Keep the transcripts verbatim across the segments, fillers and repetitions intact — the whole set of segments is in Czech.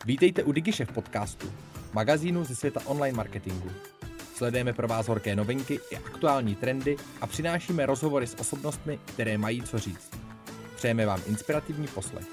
Vítejte u DigiShef podcastu, magazínu ze světa online marketingu. Sledujeme pro vás horké novinky i aktuální trendy a přinášíme rozhovory s osobnostmi, které mají co říct. Přejeme vám inspirativní poslech.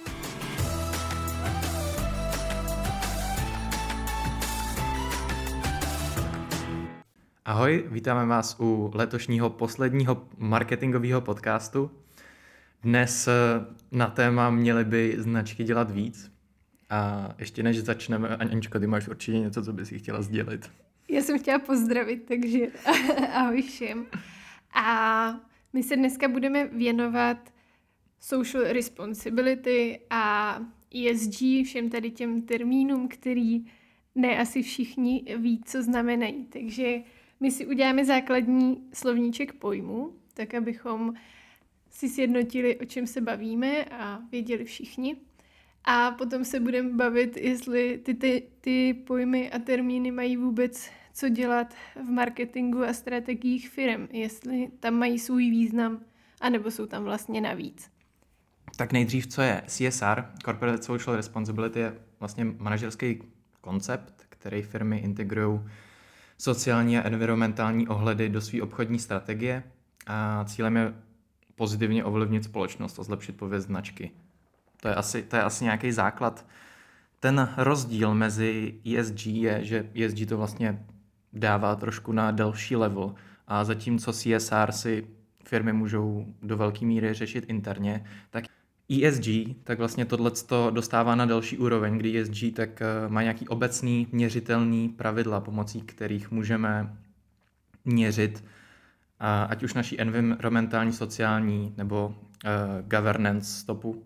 Ahoj, vítáme vás u letošního posledního marketingového podcastu. Dnes na téma měly by značky dělat víc. A ještě než začneme, Aničko, ty máš určitě něco, co bys si chtěla sdělit. Já jsem chtěla pozdravit, takže ahoj všem. A my se dneska budeme věnovat social responsibility a E S G, všem tady těm termínům, který ne asi všichni ví, co znamenají. Takže my si uděláme základní slovníček pojmu, tak abychom si sjednotili, o čem se bavíme a věděli všichni. A potom se budeme bavit, jestli ty, ty, ty pojmy a termíny mají vůbec co dělat v marketingu a strategiích firem, jestli tam mají svůj význam, anebo jsou tam vlastně navíc. Tak nejdřív, co je C S R, Corporate Social Responsibility, je vlastně manažerský koncept, který firmy integrují sociální a environmentální ohledy do své obchodní strategie a cílem je pozitivně ovlivnit společnost a zlepšit pověst značky. To je asi, to je asi nějaký základ. Ten rozdíl mezi E S G je, že E S G to vlastně dává trošku na další level a zatímco C S R si firmy můžou do velké míry řešit interně, tak E S G tak vlastně tohleto dostává na další úroveň, kdy E S G tak má nějaký obecný měřitelný pravidla, pomocí kterých můžeme měřit ať už naší environmentální, sociální nebo uh, governance stopu.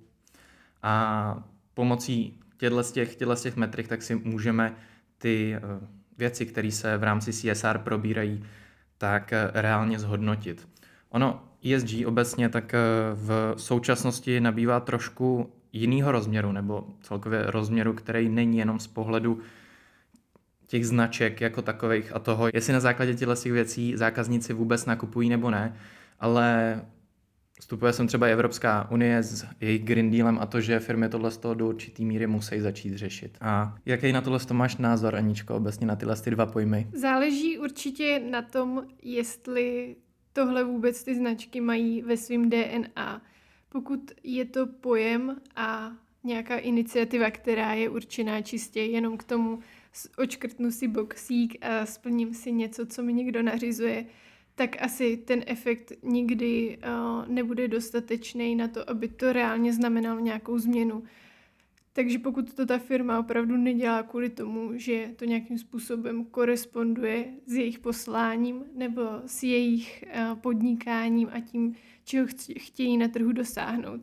A pomocí těchto těch, těch metrik tak si můžeme ty uh, věci, které se v rámci C S R probírají, tak uh, reálně zhodnotit. Ono E S G obecně tak uh, v současnosti nabývá trošku jinýho rozměru, nebo celkově rozměru, který není jenom z pohledu těch značek jako takových a toho, jestli na základě těchto věcí zákazníci vůbec nakupují nebo ne, ale vstupuje sem třeba Evropská unie s jejich Green Dealem a to, že firmy tohle z toho do určitý míry musí začít řešit. A jaký na tohle máš názor, Aničko, obecně na tyhle ty dva pojmy? Záleží určitě na tom, jestli tohle vůbec ty značky mají ve svém D N A. Pokud je to pojem a nějaká iniciativa, která je určená čistě jenom k tomu, očkrtnu si boxík a splním si něco, co mi někdo nařizuje, tak asi ten efekt nikdy uh, nebude dostatečný na to, aby to reálně znamenalo nějakou změnu. Takže pokud to ta firma opravdu nedělá kvůli tomu, že to nějakým způsobem koresponduje s jejich posláním nebo s jejich uh, podnikáním a tím, čeho chtějí na trhu dosáhnout,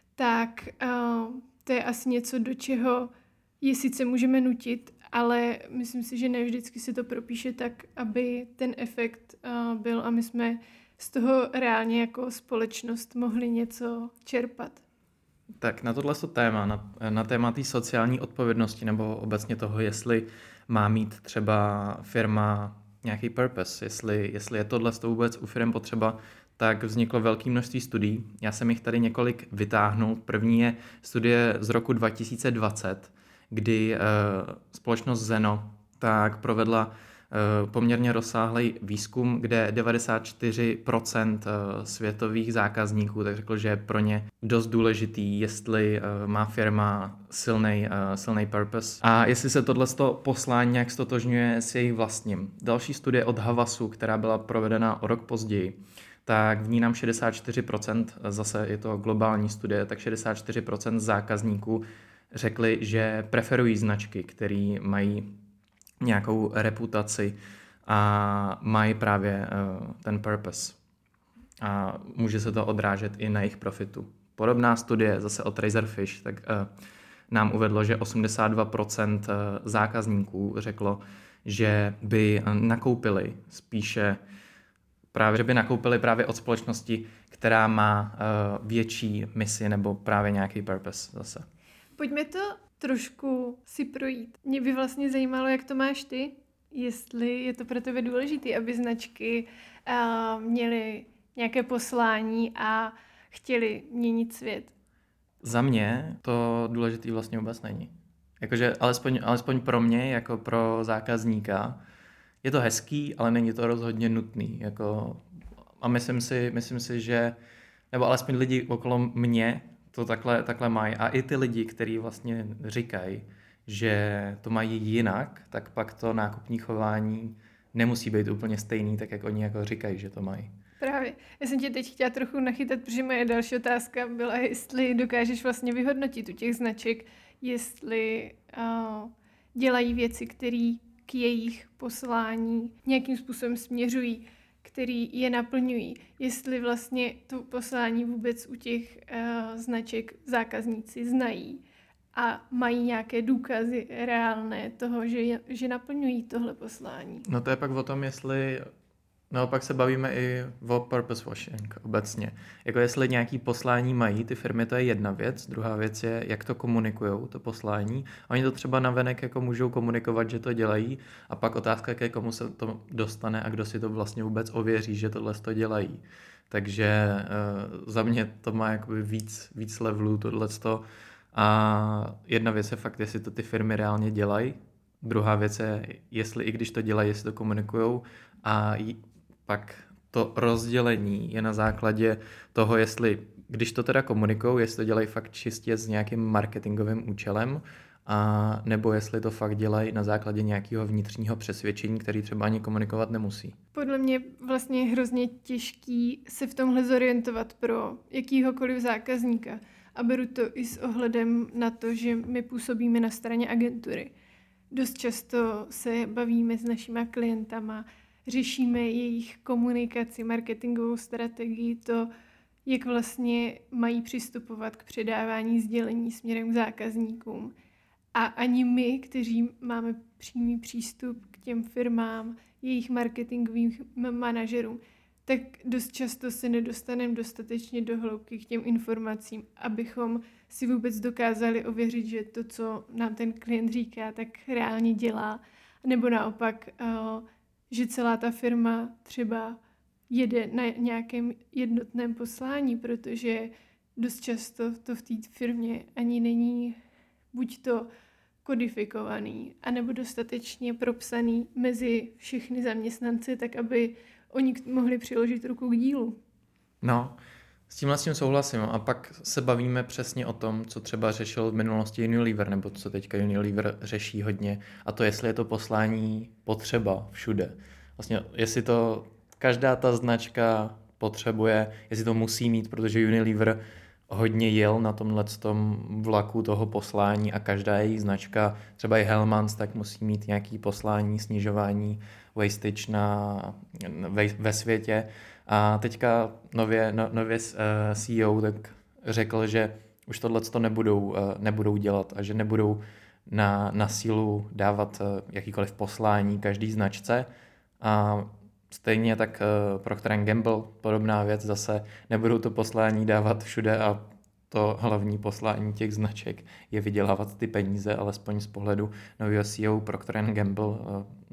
tak uh, to je asi něco, do čeho je sice můžeme nutit, ale myslím si, že ne vždycky se to propíše tak, aby ten efekt uh, byl a my jsme z toho reálně jako společnost mohli něco čerpat. Tak na tohle téma, na, na téma té sociální odpovědnosti nebo obecně toho, jestli má mít třeba firma nějaký purpose, jestli, jestli je tohle vůbec u firm potřeba, tak vzniklo velké množství studií. Já jsem jich tady několik vytáhnul. První je studie z roku dva tisíce dvacet, kdy uh, společnost Zeno tak provedla uh, poměrně rozsáhlý výzkum, kde devadesát čtyři procent uh, světových zákazníků tak řekl, že je pro ně dost důležitý, jestli uh, má firma silný uh, silný purpose a jestli se tohleto poslání nějak stotožňuje s jejich vlastním. Další studie od Havasu, která byla provedena o rok později, tak v ní nám šedesát čtyři procent, zase je to globální studie, tak šedesát čtyři procent zákazníků řekli, že preferují značky, které mají nějakou reputaci a mají právě uh, ten purpose. A může se to odrážet i na jejich profitu. Podobná studie zase od Razorfish tak uh, nám uvedlo, že osmdesát dva procent zákazníků řeklo, že by nakoupili spíše právě, že by nakoupili právě od společnosti, která má uh, větší misi nebo právě nějaký purpose zase. Pojďme to trošku si projít. Mě by vlastně zajímalo, jak to máš ty, jestli je to pro tebe důležité, aby značky uh, měly nějaké poslání a chtěli měnit svět. Za mě to důležitý vlastně vůbec není. Jakože alespoň, alespoň pro mě, jako pro zákazníka, je to hezký, ale není to rozhodně nutný. Jako, a myslím si, myslím si, že, nebo alespoň lidi okolo mě to takhle, takhle mají. A i ty lidi, kteří vlastně říkají, že to mají jinak, tak pak to nákupní chování nemusí být úplně stejný, tak jak oni jako říkají, že to mají. Právě. Já jsem tě teď chtěla trochu nachytat, protože moje další otázka byla, jestli dokážeš vlastně vyhodnotit u těch značek, jestli uh, dělají věci, které k jejich poslání nějakým způsobem směřují, který je naplňují. Jestli vlastně to poslání vůbec u těch uh, značek zákazníci znají a mají nějaké důkazy reálné toho, že, že naplňují tohle poslání. No to je pak o tom, jestli naopak se bavíme i o purpose washing obecně. Jako jestli nějaký poslání mají ty firmy, to je jedna věc. Druhá věc je, jak to komunikujou, to poslání. Oni to třeba navenek jako můžou komunikovat, že to dělají, a pak otázka, ke komu se to dostane a kdo si to vlastně vůbec ověří, že tohle to dělají. Takže uh, za mě to má jakoby víc, víc levelů tohleto. A jedna věc je fakt, jestli to ty firmy reálně dělají. Druhá věc je, jestli i když to dělají, jestli to komunikujou. A pak to rozdělení je na základě toho, jestli, když to teda komunikujou, jestli to dělají fakt čistě s nějakým marketingovým účelem, a nebo jestli to fakt dělají na základě nějakého vnitřního přesvědčení, který třeba ani komunikovat nemusí. Podle mě vlastně je hrozně těžký se v tomhle zorientovat pro jakýhokoliv zákazníka. A beru to i s ohledem na to, že my působíme na straně agentury. Dost často se bavíme s našimi klientama, řešíme jejich komunikaci, marketingovou strategii, to, jak vlastně mají přistupovat k předávání sdělení směrem k zákazníkům. A ani my, kteří máme přímý přístup k těm firmám, jejich marketingovým manažerům, tak dost často se nedostaneme dostatečně do hloubky k těm informacím, abychom si vůbec dokázali ověřit, že to, co nám ten klient říká, tak reálně dělá. Nebo naopak, že celá ta firma třeba jede na nějakém jednotném poslání, protože dost často to v té firmě ani není buď to kodifikovaný, anebo dostatečně propsaný mezi všechny zaměstnanci, tak aby oni mohli přiložit ruku k dílu. No, s tím vlastně souhlasím. A pak se bavíme přesně o tom, co třeba řešil v minulosti Unilever, nebo co teďka Unilever řeší hodně, a to jestli je to poslání potřeba všude. Vlastně jestli to každá ta značka potřebuje, jestli to musí mít, protože Unilever hodně jel na tomhletom vlaku toho poslání a každá její značka, třeba i Hellmann's, tak musí mít nějaké poslání, snižování wastage na, ve, ve světě. A teďka nově, no, nově uh, C E O tak řekl, že už tohleto nebudou, uh, nebudou dělat a že nebudou na, na sílu dávat uh, jakýkoliv poslání každý značce. A stejně tak uh, Procter and Gamble, podobná věc, zase nebudou to poslání dávat všude a to hlavní poslání těch značek je vydělávat ty peníze, alespoň z pohledu nového C E O Procter and Gamble, uh,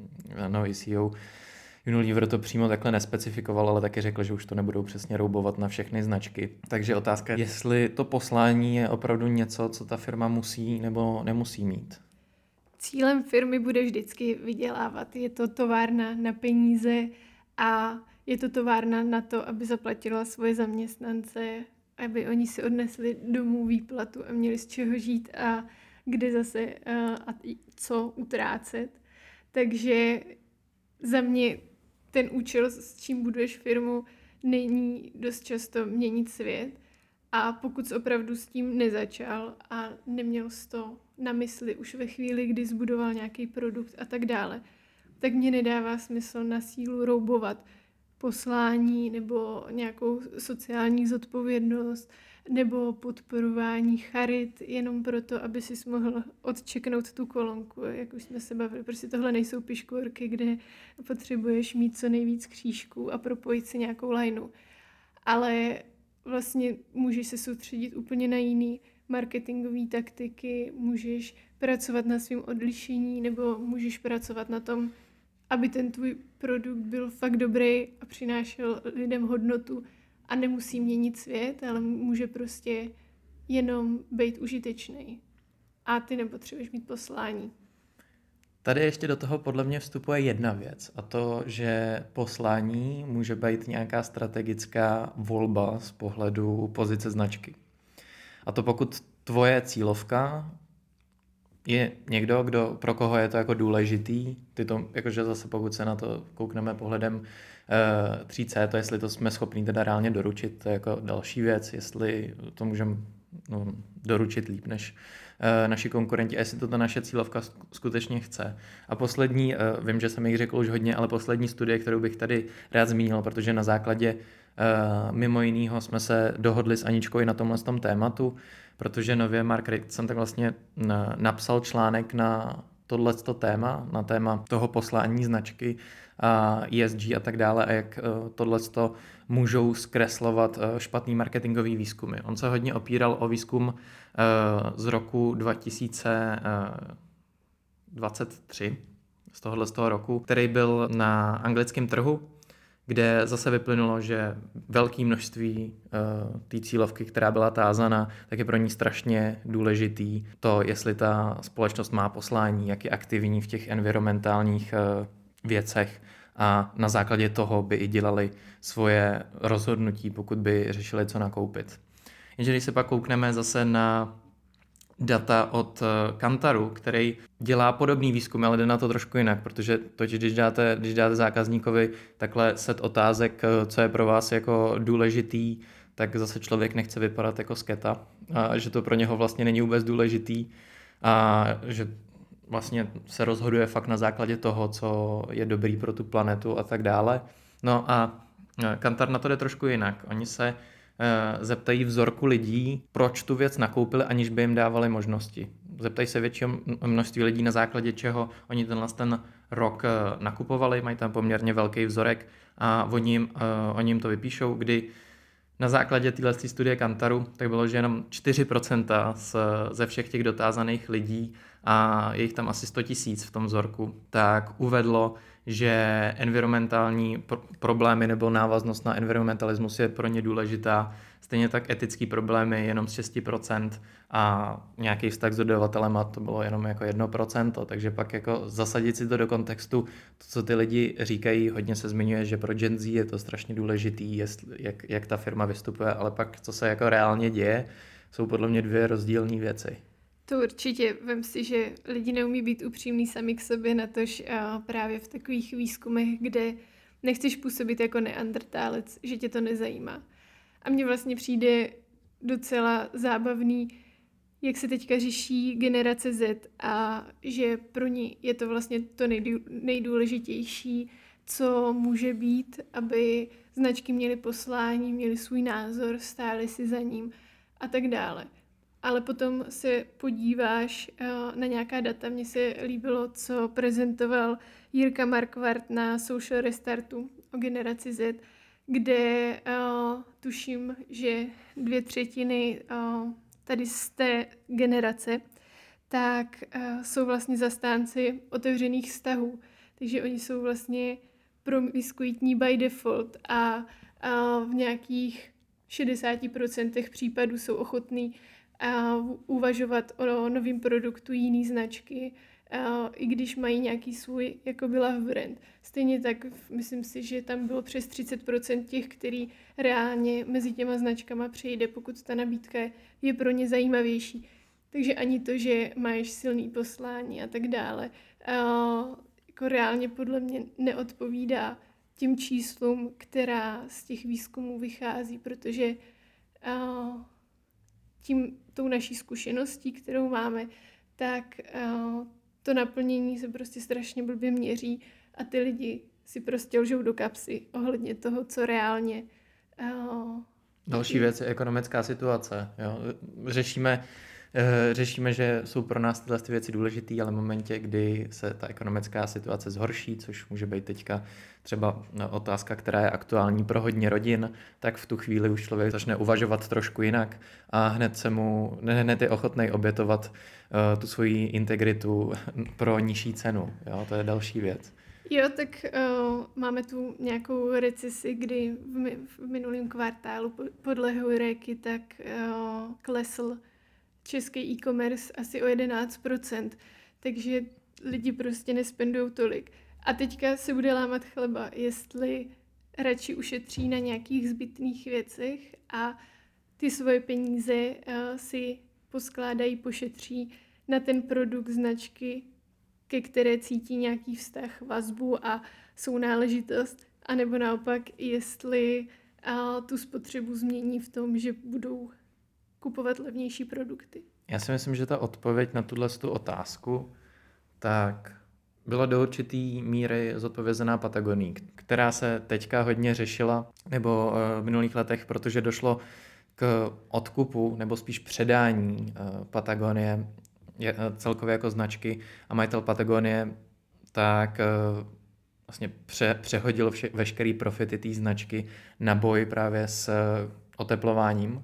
nový C E O Unilever to přímo takhle nespecifikoval, ale taky řekl, že už to nebudou přesně roubovat na všechny značky. Takže otázka je, jestli to poslání je opravdu něco, co ta firma musí nebo nemusí mít. Cílem firmy bude vždycky vydělávat. Je to továrna na peníze a je to továrna na to, aby zaplatila svoje zaměstnance, aby oni si odnesli domů výplatu a měli z čeho žít a kde zase a co utrácet. Takže za mě ten účel, s čím buduješ firmu, není dost často měnit svět. A pokud jsi opravdu s tím nezačal a neměl jsi to na mysli už ve chvíli, kdy zbudoval nějaký produkt a tak dále, tak mě nedává smysl na sílu roubovat poslání nebo nějakou sociální zodpovědnost nebo podporování charit jenom proto, aby si mohl odčeknout tu kolonku, jak už jsme se bavili. Prostě tohle nejsou piškvorky, kde potřebuješ mít co nejvíc křížků a propojit si nějakou lajnu. Ale vlastně můžeš se soustředit úplně na jiný marketingové taktiky, můžeš pracovat na svém odlišení nebo můžeš pracovat na tom, aby ten tvůj produkt byl fakt dobrý a přinášel lidem hodnotu a nemusí měnit svět, ale může prostě jenom být užitečný. a ty nepotřebuješ mít poslání. Tady ještě do toho podle mě vstupuje jedna věc a to, že poslání může být nějaká strategická volba z pohledu pozice značky. A to pokud tvoje cílovka je někdo, kdo, pro koho je to jako důležitý, ty to, jakože zase pokud se na to koukneme pohledem uh, tři cé, to jestli to jsme schopni teda reálně doručit, to je jako další věc, jestli to můžeme no, doručit líp než uh, naši konkurenti a jestli to ta naše cílovka skutečně chce. A poslední, uh, vím, že jsem jich řekl už hodně, ale poslední studie, kterou bych tady rád zmínil, protože na základě uh, mimo jinýho jsme se dohodli s Aničkou i na tomhle tom tématu, protože nově Mark Ritson tak vlastně napsal článek na tohleto téma, na téma toho poslání značky a E S G a tak dále a jak tohleto můžou zkreslovat špatný marketingový výzkumy. On se hodně opíral o výzkum z roku dva tisíce dvacet tři, z tohohle z toho roku, který byl na anglickém trhu, kde zase vyplynulo, že velké množství uh, té cílovky, která byla tázána, tak je pro ní strašně důležitý to, jestli ta společnost má poslání, jak je aktivní v těch environmentálních uh, věcech a na základě toho by i dělali svoje rozhodnutí, pokud by řešili, co nakoupit. Jenže když se pak koukneme zase na data od Kantaru, který dělá podobný výzkum, ale jde na to trošku jinak, protože totiž, když dáte, když dáte zákazníkovi takhle set otázek, co je pro vás jako důležitý, tak zase člověk nechce vypadat jako sketa a že to pro něho vlastně není vůbec důležitý a že vlastně se rozhoduje fakt na základě toho, co je dobrý pro tu planetu a tak dále. No a Kantar na to jde trošku jinak. Oni se zeptají vzorku lidí, proč tu věc nakoupili, aniž by jim dávali možnosti. Zeptají se většího množství lidí, na základě čeho oni tenhle ten rok nakupovali, mají tam poměrně velký vzorek a oni jim, oni jim to vypíšou, kdy na základě téhle studie Kantaru tak bylo, že jenom čtyři procenta z, ze všech těch dotázaných lidí a je jich tam asi sto tisíc v tom vzorku, tak uvedlo, že environmentální pro- problémy nebo návaznost na environmentalismus je pro ně důležitá. Stejně tak etický problémy jenom z šest procent a nějaký vztah s dodavatelem a to bylo jenom jako jedno procento, takže pak jako zasadit si to do kontextu, to, co ty lidi říkají, hodně se zmiňuje, že pro Gen Z je to strašně důležitý, jestli, jak, jak ta firma vystupuje, ale pak co se jako reálně děje, jsou podle mě dvě rozdílné věci. To určitě. Vem si, že lidi neumí být upřímní sami k sobě, natož a právě v takových výzkumech, kde nechceš působit jako neandertálec, že tě to nezajímá. A mně vlastně přijde docela zábavný, jak se teďka řeší generace Z a že pro ní je to vlastně to nejdůležitější, co může být, aby značky měly poslání, měly svůj názor, stály si za ním a tak dále. Ale potom se podíváš uh, na nějaká data. Mně se líbilo, co prezentoval Jirka Markvart na Social Restartu o generaci Z, kde uh, tuším, že dvě třetiny uh, tady z té generace tak uh, jsou vlastně zastánci otevřených vztahů. Takže oni jsou vlastně promiskuitní by default a uh, v nějakých šedesáti procentech případů jsou ochotní a uvažovat o novém produktu jiný značky, a i když mají nějaký svůj jakoby love brand. Stejně tak myslím si, že tam bylo přes třicet procent těch, který reálně mezi těma značkama přejde, pokud ta nabídka je pro ně zajímavější. Takže ani to, že máš silný poslání a tak dále, a jako reálně podle mě neodpovídá těm číslům, která z těch výzkumů vychází, protože a tím, tou naší zkušeností, kterou máme, tak uh, to naplnění se prostě strašně blbě měří a ty lidi si prostě lžou do kapsy ohledně toho, co reálně... Uh, Další věc je ekonomická situace. Jo. Řešíme, řešíme, že jsou pro nás tyhle ty věci důležité, ale v momentě, kdy se ta ekonomická situace zhorší, což může být teďka třeba otázka, která je aktuální pro hodně rodin, tak v tu chvíli už člověk začne uvažovat trošku jinak a hned se mu, hned je ochotný obětovat uh, tu svoji integritu pro nižší cenu. Jo, to je další věc. Jo, tak uh, máme tu nějakou recesi, kdy v, mi, v minulém kvartálu podle Heuréky tak uh, klesl český e-commerce asi o jedenáct procent, takže lidi prostě nespendujou tolik. A teďka se bude lámat chleba, jestli radši ušetří na nějakých zbytných věcech a ty svoje peníze uh, si poskládají, pošetří na ten produkt značky, ke které cítí nějaký vztah, vazbu a sounáležitost, anebo naopak, jestli uh, tu spotřebu změní v tom, že budou kupovat levnější produkty. Já si myslím, že ta odpověď na tuhle tu otázku tak byla do určitý míry zodpovězená Patagonií, která se teďka hodně řešila, nebo v minulých letech, protože došlo k odkupu, nebo spíš předání Patagonie celkově jako značky a majitel Patagonie tak vlastně pře, přehodil vše, veškerý profity té značky na boj právě s oteplováním.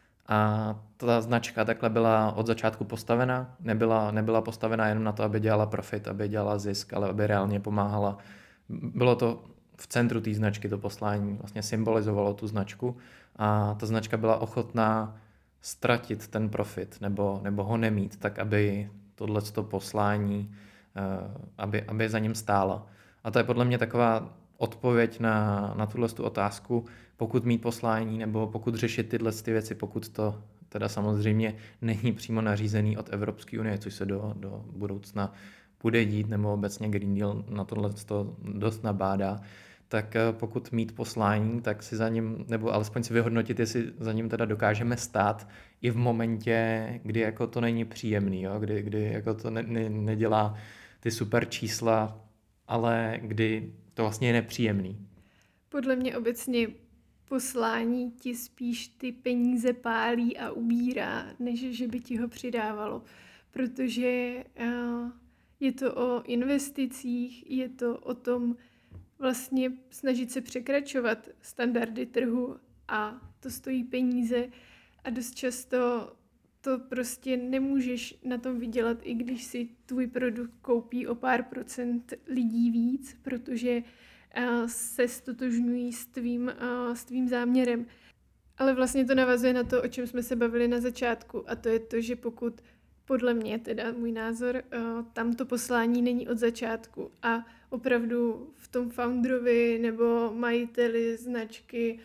A ta značka takhle byla od začátku postavena, nebyla, nebyla postavena jenom na to, aby dělala profit, aby dělala zisk, ale aby reálně pomáhala. Bylo to v centru té značky, to poslání vlastně symbolizovalo tu značku a ta značka byla ochotná ztratit ten profit nebo, nebo ho nemít, tak aby tohleto poslání, aby, aby za ním stála. A to je podle mě taková odpověď na, na tuhle tu otázku, pokud mít poslání nebo pokud řešit tyhle ty věci, pokud to teda samozřejmě není přímo nařízený od Evropské unie, což se do, do budoucna bude dít, nebo obecně Green Deal na tohle to dost nabádá, tak pokud mít poslání, tak si za ním, nebo alespoň si vyhodnotit, jestli za ním teda dokážeme stát i v momentě, kdy jako to není příjemný, jo? Kdy, kdy jako to ne, ne, nedělá ty super čísla, ale kdy to vlastně je nepříjemný. Podle mě obecně poslání ti spíš ty peníze pálí a ubírá, než že by ti ho přidávalo. Protože uh, je to o investicích, je to o tom vlastně snažit se překračovat standardy trhu a to stojí peníze a dost často to prostě nemůžeš na tom vydělat, i když si tvůj produkt koupí o pár procent lidí víc, protože se stotožňují s tvým, s tvým záměrem. Ale vlastně to navazuje na to, o čem jsme se bavili na začátku, a to je to, že pokud podle mě, teda můj názor, tam to poslání není od začátku a opravdu v tom founderovi nebo majiteli značky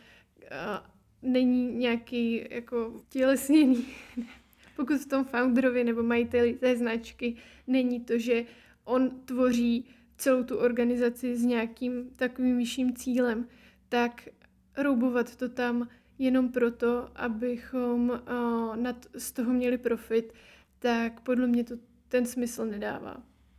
není nějaký jako tělesněný. Pokud v tom founderovi nebo majiteli té značky není to, že on tvoří celou tu organizaci s nějakým takovým vyšším cílem, tak roubovat to tam jenom proto, abychom uh, nad, z toho měli profit, tak podle mě to ten smysl nedává.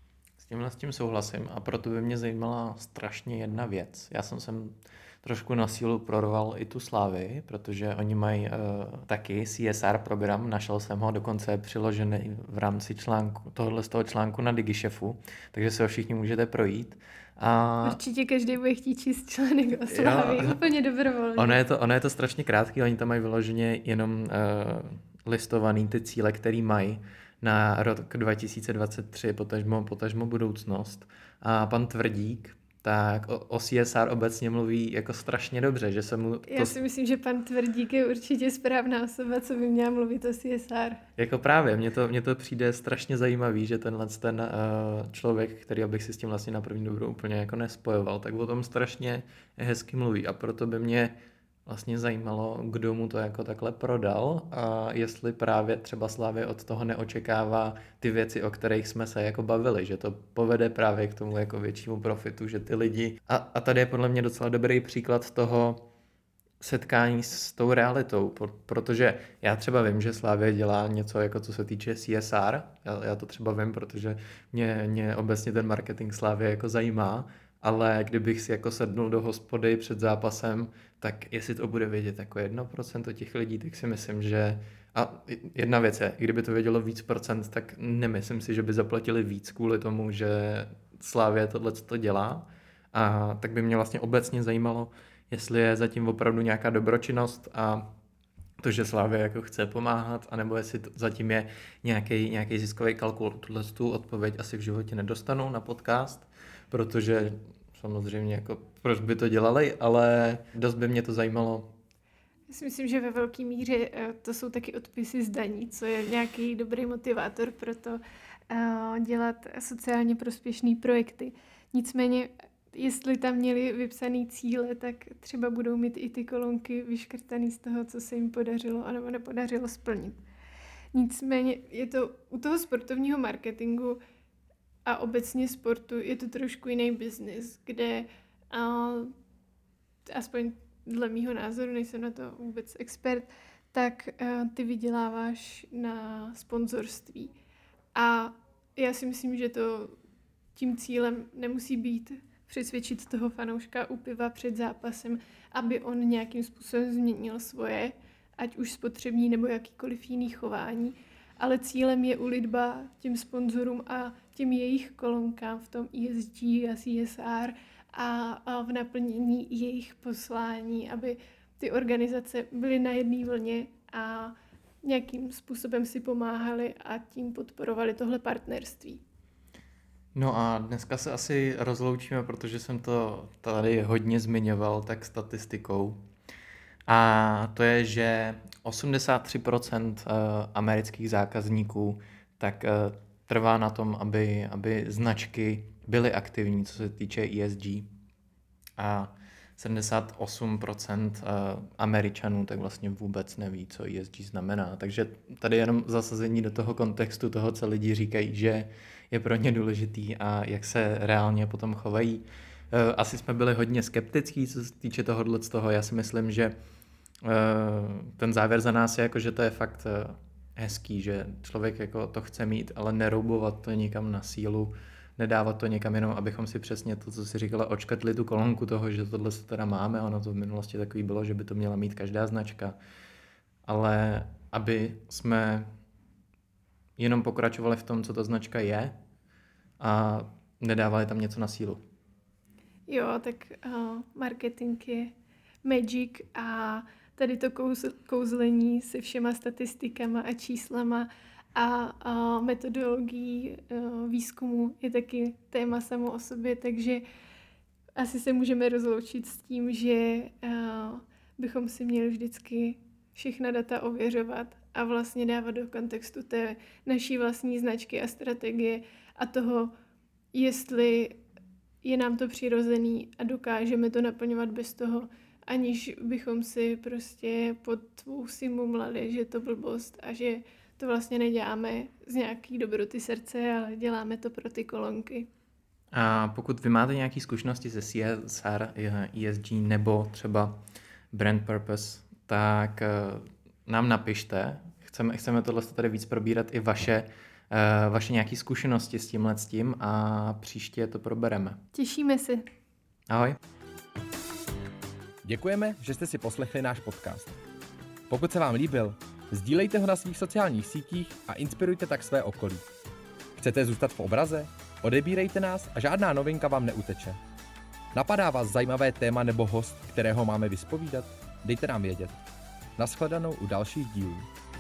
S tímhle s tím souhlasím a proto by mě zajímala strašně jedna věc. Já jsem sem trošku na sílu proroval i tu Slávy, protože oni mají uh, taky C S R program, našel jsem ho, dokonce je přiložený v rámci článku, tohohle z toho článku na DigiChefu, takže se ho všichni můžete projít. A... Určitě každý bude chtít číst článek o Slávy, jo. Úplně dobrovolně. Ono je, to, ono je to strašně krátký, oni tam mají vyloženě jenom uh, listovaný ty cíle, který mají na rok dva tisíce dvacet tři, potažmo, potažmo budoucnost. A pan Tvrdík tak o, o C S R obecně mluví jako strašně dobře, že se mu... To... Já si myslím, že pan Tvrdík je určitě správná osoba, co by měla mluvit o C S R. Jako právě, mně to, mně to přijde strašně zajímavý, že tenhle ten uh, člověk, který bych si s tím vlastně na první dobrou úplně jako nespojoval, tak o tom strašně hezky mluví a proto by mě vlastně zajímalo, kdo mu to jako takhle prodal a jestli právě třeba Slavia od toho neočekává ty věci, o kterých jsme se jako bavili, že to povede právě k tomu jako většímu profitu, že ty lidi... A, a tady je podle mě docela dobrý příklad toho setkání s tou realitou, protože já třeba vím, že Slavia dělá něco jako co se týče C S R, já, já to třeba vím, protože mě, mě obecně ten marketing Slavia jako zajímá, ale kdybych si jako sednul do hospody před zápasem, tak jestli to bude vědět jako jedno procento těch lidí, tak si myslím, že... A jedna věc je, kdyby to vědělo víc procent, tak nemyslím si, že by zaplatili víc kvůli tomu, že Slavia tohle to dělá. A tak by mě vlastně obecně zajímalo, jestli je zatím opravdu nějaká dobročinnost a to, že Slavia jako chce pomáhat, anebo jestli to zatím je nějaký, nějaký ziskový kalkul. Tuhle tu odpověď asi v životě nedostanu na podcast, protože samozřejmě jako proč by to dělali, ale dost by mě to zajímalo. si myslím, že ve velké míře to jsou taky odpisy z daní, co je nějaký dobrý motivátor pro to dělat sociálně prospěšné projekty. Nicméně, jestli tam měli vypsané cíle, tak třeba budou mít i ty kolonky vyškrtané z toho, co se jim podařilo anebo nepodařilo splnit. Nicméně je to u toho sportovního marketingu a obecně sportu je to trošku jiný biznis, kde a, aspoň dle mýho názoru, nejsem na to vůbec expert, tak a, ty vyděláváš na sponzorství. A já si myslím, že to tím cílem nemusí být přesvědčit toho fanouška u piva před zápasem, aby on nějakým způsobem změnil svoje, ať už spotřební nebo jakýkoliv jiný chování, ale cílem je ulitba těm sponzorům a těm jejich kolonkám v tom E S G a C S R a, a v naplnění jejich poslání, aby ty organizace byly na jedné vlně a nějakým způsobem si pomáhali a tím podporovali tohle partnerství. No a dneska se asi rozloučíme, protože jsem to tady hodně zmiňoval, tak statistikou. A to je, že osmdesát tři procent amerických zákazníků tak trvá na tom, aby, aby značky byly aktivní, co se týče E S G. A sedmdesát osm procent Američanů tak vlastně vůbec neví, co E S G znamená. Takže tady jenom zasazení do toho kontextu toho, co lidi říkají, že je pro ně důležitý a jak se reálně potom chovají. Asi jsme byli hodně skeptický, co se týče tohohle z toho. Já si myslím, že ten závěr za nás je jako, že to je fakt hezký, že člověk jako to chce mít, ale neroubovat to nikam na sílu, nedávat to někam jenom, abychom si přesně to, co si říkala, očkrtli tu kolonku toho, že tohle se teda máme, ono to v minulosti takový bylo, že by to měla mít každá značka, ale aby jsme jenom pokračovali v tom, co ta značka je a nedávali tam něco na sílu. Jo, tak uh, marketing je magic a tady to kouz, kouzlení se všema statistikama a číslama a, a metodologií uh, výzkumu je taky téma samo o sobě, takže asi se můžeme rozloučit s tím, že uh, bychom si měli vždycky všechna data ověřovat a vlastně dávat do kontextu té naší vlastní značky a strategie a toho, jestli je nám to přirozený a dokážeme to naplňovat bez toho, aniž bychom si prostě pod vousy mumlali, že to blbost a že to vlastně neděláme z nějaký dobroty srdce, ale děláme to pro ty kolonky. A pokud vy máte nějaké zkušenosti ze C S R, E S G nebo třeba brand purpose, tak nám napište. Chceme, chceme tohle tady víc probírat i vaše, vaše nějaké zkušenosti s tímhle s tím a příště to probereme. Těšíme se. Ahoj. Děkujeme, že jste si poslechli náš podcast. Pokud se vám líbil, sdílejte ho na svých sociálních sítích a inspirujte tak své okolí. Chcete zůstat v obraze? Odebírejte nás a žádná novinka vám neuteče. Napadá vás zajímavé téma nebo host, kterého máme vyspovídat? Dejte nám vědět. Nashledanou u dalších dílů.